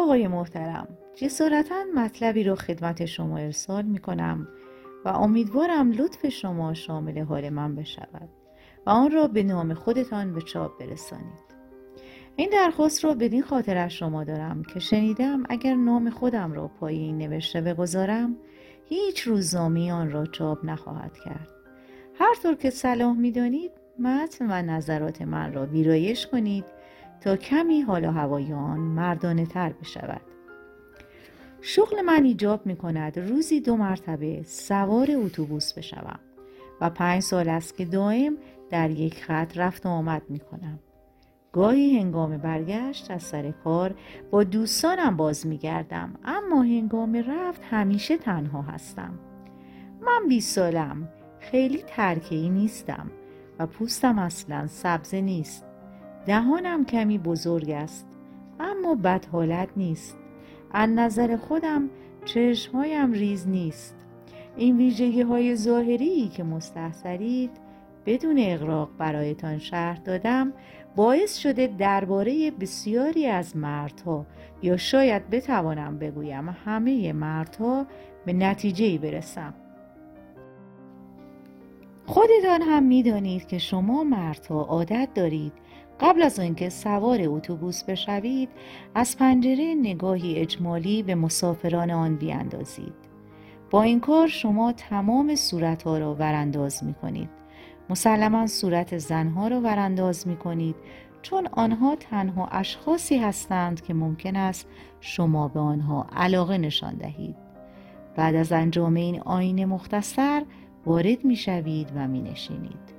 آقای محترم، جسارتاً مطلبی را خدمت شما ارسال می کنم و امیدوارم لطف شما شامل حال من بشود و آن را به نام خودتان به چاپ برسانید. این درخواست را بدین خاطر از شما دارم که شنیدم اگر نام خودم را پای این نوشته بگذارم هیچ روزنامه‌ای آن را چاپ نخواهد کرد. هر طور که صلاح می دانید متن و نظرات من را ویرایش کنید تا کمی حال و هوای آن مردانه تر بشود. شغل من ایجاب می کند روزی 2 مرتبه سوار اتوبوس بشوم و 5 سال است که دائم در یک خط رفت و آمد می کنم. گاهی هنگام برگشت از سر کار با دوستانم باز می گردم، اما هنگام رفت همیشه تنها هستم. من 20 سالم، خیلی ترکه‌ای نیستم و پوستم اصلا سبز نیست. دهانم کمی بزرگ است اما بد حالت نیست. از نظر خودم چشمهایم ریز نیست. این ویژگی های ظاهری که مستحضرید بدون اغراق برایتان شرح دادم باعث شده درباره بسیاری از مردها یا شاید بتوانم بگویم همه مردها به نتیجه‌ای برسم. خودتان هم می‌دانید که شما مردها عادت دارید قبل از آنکه سوار اتوبوس بشوید از پنجره نگاهی اجمالی به مسافران آن بیاندازید. با این کار شما تمام صورتها را ورانداز می‌کنید. مسلماً صورت زنها را ورانداز می‌کنید چون آنها تنها اشخاصی هستند که ممکن است شما به آنها علاقه نشان دهید. بعد از انجام این آیین مختصر وارد می‌شوید و می‌نشینید.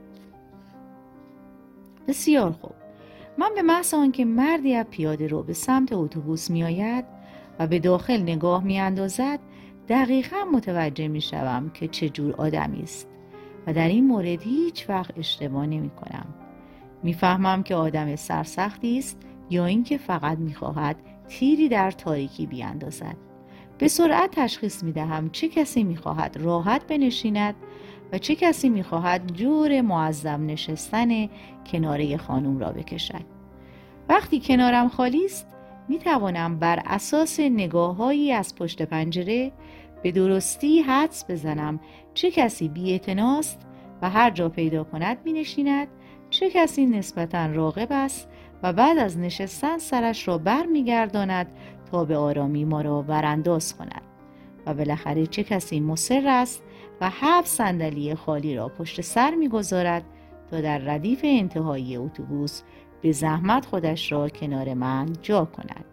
بسیار خوب. من به محض آنکه مردی از پیاده رو به سمت اتوبوس میآید و به داخل نگاه میاندازد دقیقاً متوجه میشوم که چه جور آدمی است و در این مورد هیچ وقت اشتباه نمی‌کنم. میفهمم که آدم سرسختی است یا اینکه فقط میخواهد تیری در تاریکی بیاندازد. به سرعت تشخیص میدهم چه کسی میخواهد راحت بنشیند و چه کسی میخواهد جور معظم نشستن کناره خانم را بکشد. وقتی کنارم خالی است میتوانم بر اساس نگاه‌هایی از پشت پنجره به درستی حدس بزنم چه کسی بی‌اعتناست و هر جا پیدا کند مینشیند، چه کسی نسبتاً راغب است و بعد از نشستن سرش را بر میگرداند تا به آرامی ما را ورانداز کند و بالاخره چه کسی مصر است و 7 صندلی خالی را پشت سر میگذارد تا در ردیف انتهایی اتوبوس به زحمت خودش را کنار من جا کند.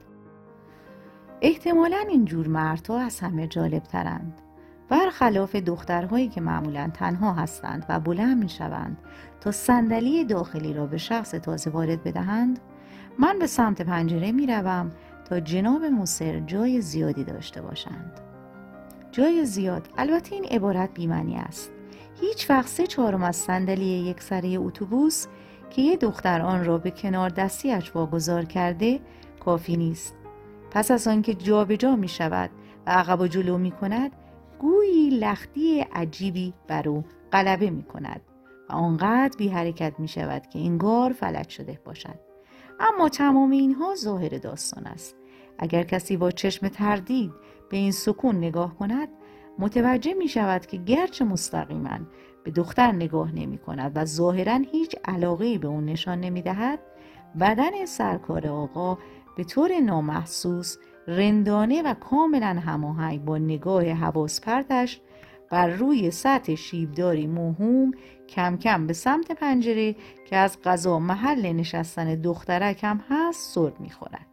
احتمالاً این جور مردها از همه جالب ترند. برخلاف دخترهایی که معمولاً تنها هستند و بلند می شوند تا صندلی داخلی را به شخص تازه وارد بدهند، من به سمت پنجره می روم تا جناب مصر جای زیادی داشته باشند. جای زیاد، البته این عبارت بی‌معنی است. هیچ وقت 3/4 از صندلی یک سره اتوبوس که یک دختر آن را به کنار دستی‌اش واگذار کرده کافی نیست. پس از آنکه جابجا می شود و عقب و جلو می کند گویی لختی عجیبی بر او غلبه می کند و آنقدر بی حرکت می شود که انگار فلج شده باشد. اما تمام اینها ظاهر داستان است. اگر کسی با چشم تردید به این سکون نگاه کند متوجه می شود که گرچه مستقیما به دختر نگاه نمی کند و ظاهرا هیچ علاقه‌ای به اون نشان نمی دهد، بدن سرکار آقا به طور نامحسوس رندانه و کاملا هماهنگ با نگاه حواس پرتش بر روی سطح شیبداری موهوم کم کم به سمت پنجره که از قضا محل نشستن دخترک هم هست سر می‌خورد.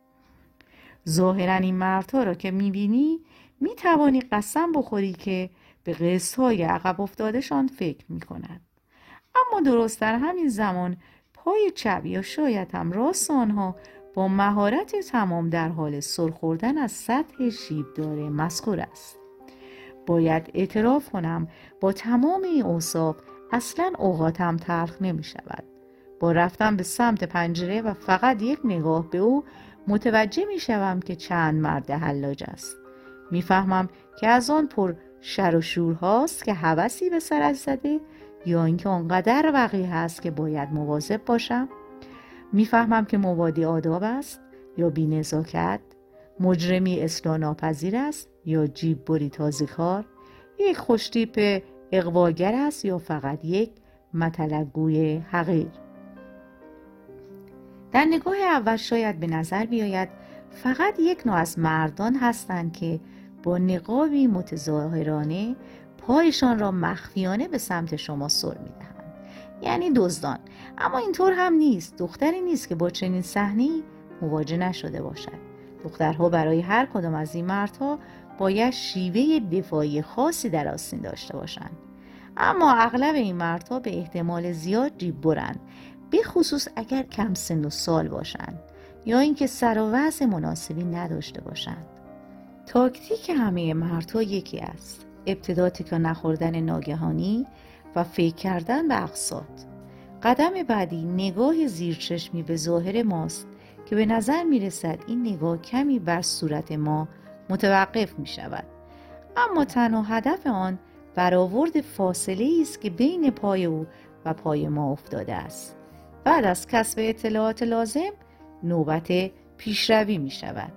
ظاهراً این مردها را که می‌بینی می‌توانی قسم بخوری که به قسط‌های عقب افتاده‌شان فکر می‌کند. اما درست در همین زمان پای چپ یا شاید هم راست آنها با مهارت تمام در حال سر خوردن از سطح شیبدار مذکور است. باید اعتراف کنم با تمام این اوصاف اصلاً اوقاتم تلخ نمی شود. با رفتن به سمت پنجره و فقط یک نگاه به او متوجه می شوم که چند مرد حلاج است. می فهمم که از آن پر شر و شور هاست که هوسی به سرش زده یا اینکه آنقدر وقیح است که باید مواظب باشم. میفهمم که مبادی آداب است یا بی‌نزاکت. مجرمی اصلاح ناپذیر است یا جیب بری تازه کار؟ یک خوشتیپ اغواگر است یا فقط یک مطلبگوی حقیر؟ در نگاه اول شاید به نظر بیاید فقط یک نوع از مردان هستند که با نقابی متظاهرانه پایشان را مخفیانه به سمت شما سر می‌دهند، یعنی دزدان. اما اینطور هم نیست. دختری نیست که با چنین صحنه‌ای مواجه نشده باشد. دخترها برای هر کدام از این مردها باید شیوه دفاعی خاصی در آستین داشته باشند. اما اغلب این مردها به احتمال زیاد جیب برند، به خصوص اگر کم سن و سال باشند یا اینکه سر و وضع مناسبی نداشته باشند. تاکتیک همه مردها یکی است: ابتدا تکان نخوردن ناگهانی و فکر کردن به اقساط. قدم بعدی نگاه زیرچشمی به ظاهر ماست که به نظر می رسد این نگاه کمی بر صورت ما متوقف می شود، اما تنها هدف آن برآورد فاصله است که بین پای او و پای ما افتاده است. بعد از کسب اطلاعات لازم نوبت پیشروی می شود.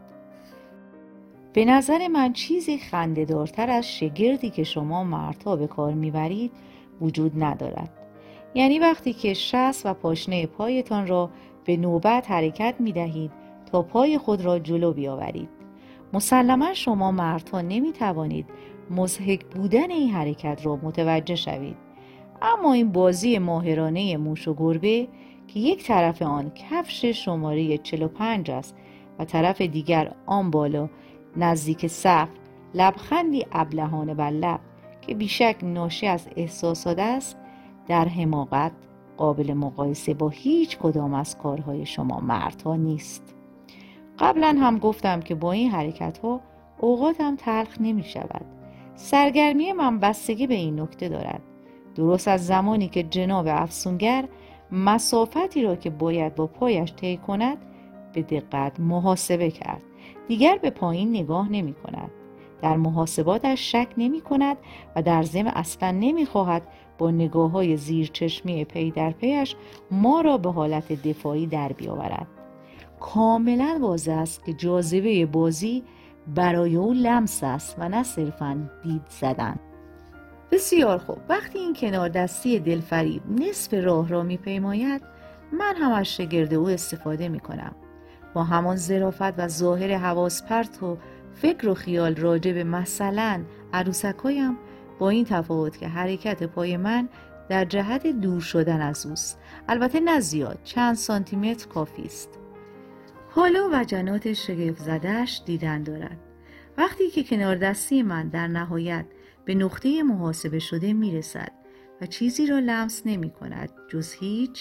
به نظر من چیزی خنده‌دارتر از شگردی که شما مردها به کار میبرید وجود ندارد. یعنی وقتی که شست و پاشنه پایتان را به نوبت حرکت میدهید تا پای خود را جلو بیاورید. مسلماً شما مردها نمیتوانید مضحک بودن این حرکت را متوجه شوید، اما این بازی ماهرانه موش و گربه که یک طرف آن کفش شماره 45 است و طرف دیگر آن بالا نزدیک صف لبخندی ابلهانه بر لب که بیشک ناشی از احساسات است، در حماقت قابل مقایسه با هیچ کدام از کارهای شما مردها نیست. قبلا هم گفتم که با این حرکت ها اوقاتم تلخ نمی شود. سرگرمی من بستگی به این نکته دارد: درست از زمانی که جناب افسونگر مسافتی را که باید با پایش طی کند به دقت محاسبه کرد، دیگر به پایین نگاه نمی کند، در محاسباتش شک نمی کند و در ضمن اصلا نمی خواهد با نگاه های زیرچشمی پی در پیش ما را به حالت دفاعی در بیاورد. کاملا واضح است که جاذبه بازی برای او لمس است و نه صرفاً دید زدن. بسیار خوب. وقتی این کنار دستی دلفریب نصف راه را میپیماید، من هم از شگرد او استفاده میکنم. با همان ظرافت و ظاهر حواس پرت و فکر و خیال راجع به مثلا عروسکایم، با این تفاوت که حرکت پای من در جهت دور شدن از اوست، البته نه زیاد، چند سانتی متر کافی است. حالا وجنات شگفت زده‌اش دیدن دارد. وقتی که کنار دستی من در نهایت به نقطه محاسبه شده میرسد و چیزی را لمس نمی کند جز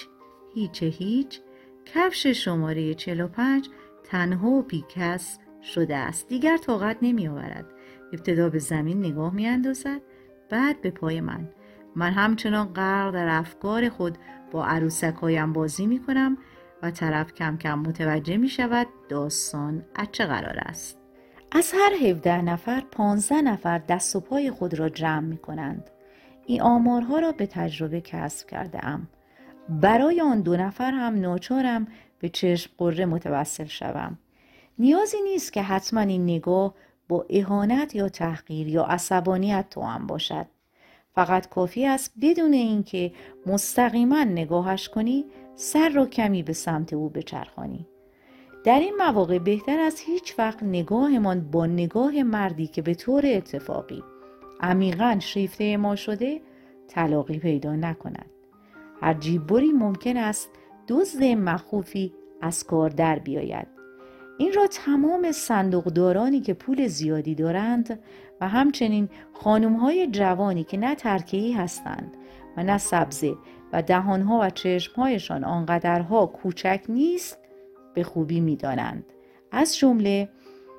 هیچ کفش شماره 45 تنها و بیکس شده است. دیگر طاقت نمی آورد. ابتدا به زمین نگاه می اندازد، بعد به پای من. من همچنان غرق در افکار خود با عروسکایم بازی می کنم و طرف کم کم متوجه می شود داستان از چه قرار است. از هر 17 نفر 15 نفر دست و پای خود را جمع می کنند. این آمارها را به تجربه کسب کرده ام. برای آن 2 نفر هم ناچارم به چشم قره متوسل شوم. نیازی نیست که حتما این نگاه با اهانت یا تحقیر یا عصبانیت توأم باشد. فقط کافی است بدون اینکه مستقیما نگاهش کنی سر را کمی به سمت او بچرخانی. در این مواقع بهتر از هیچ وقت نگاهمان با نگاه مردی که به طور اتفاقی عمیقاً شیفته ما شده تلاقی پیدا نکند. هر جیببری ممکن است دزد مخوفی از کار در بیاید. این را تمام صندوقدارانی که پول زیادی دارند و همچنین خانم‌های جوانی که نه ترکه‌ای هستند و نه سبزه و دهانها و چشمهایشان آنقدرها کوچک نیست به خوبی می‌دانند، از جمله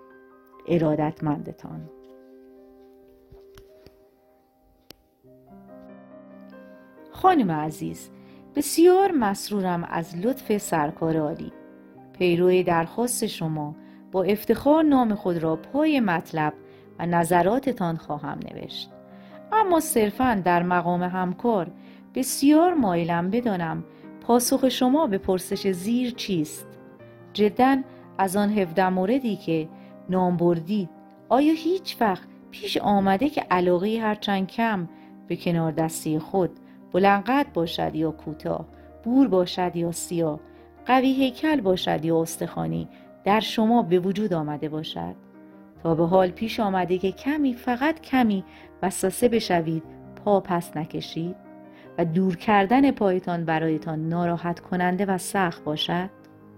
ارادتمندتان. خانم عزیز، بسیار مسرورم از لطف سرکار عالی. پیروی درخواست شما با افتخار نام خود را پای مطلب و نظراتتان خواهم نوشت. اما صرفاً در مقام همکار بسیار مایلم بدانم پاسخ شما به پرسش زیر چیست. جداً از آن 17 موردی که نام بردید؟ آیا هیچ وقت پیش آمده که علاقه هرچند کم به کنار دستی خود، بلند قد باشد یا کوتاه، بور باشد یا سیاه، قوی هیکل باشد یا استخوانی، در شما به وجود آمده باشد؟ تا به حال پیش آمده که کمی، فقط کمی وسوسه بشوید، پا پس نکشید و دور کردن پایتان برایتان ناراحت کننده و سخت باشد؟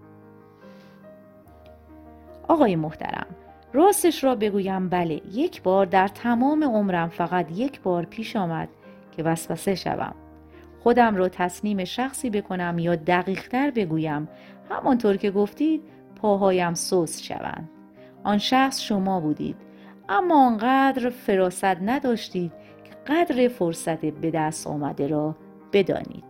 آقای محترم، راستش را بگویم بله، یک بار در تمام عمرم فقط یک بار پیش آمد که وسوسه شوم. خودم را تسلیم شخصی بکنم یا دقیق‌تر بگویم همانطور که گفتید پاهایم سست شوند. آن شخص شما بودید، اما آنقدر فراست نداشتید که قدر فرصت به دست آمده را بدانید.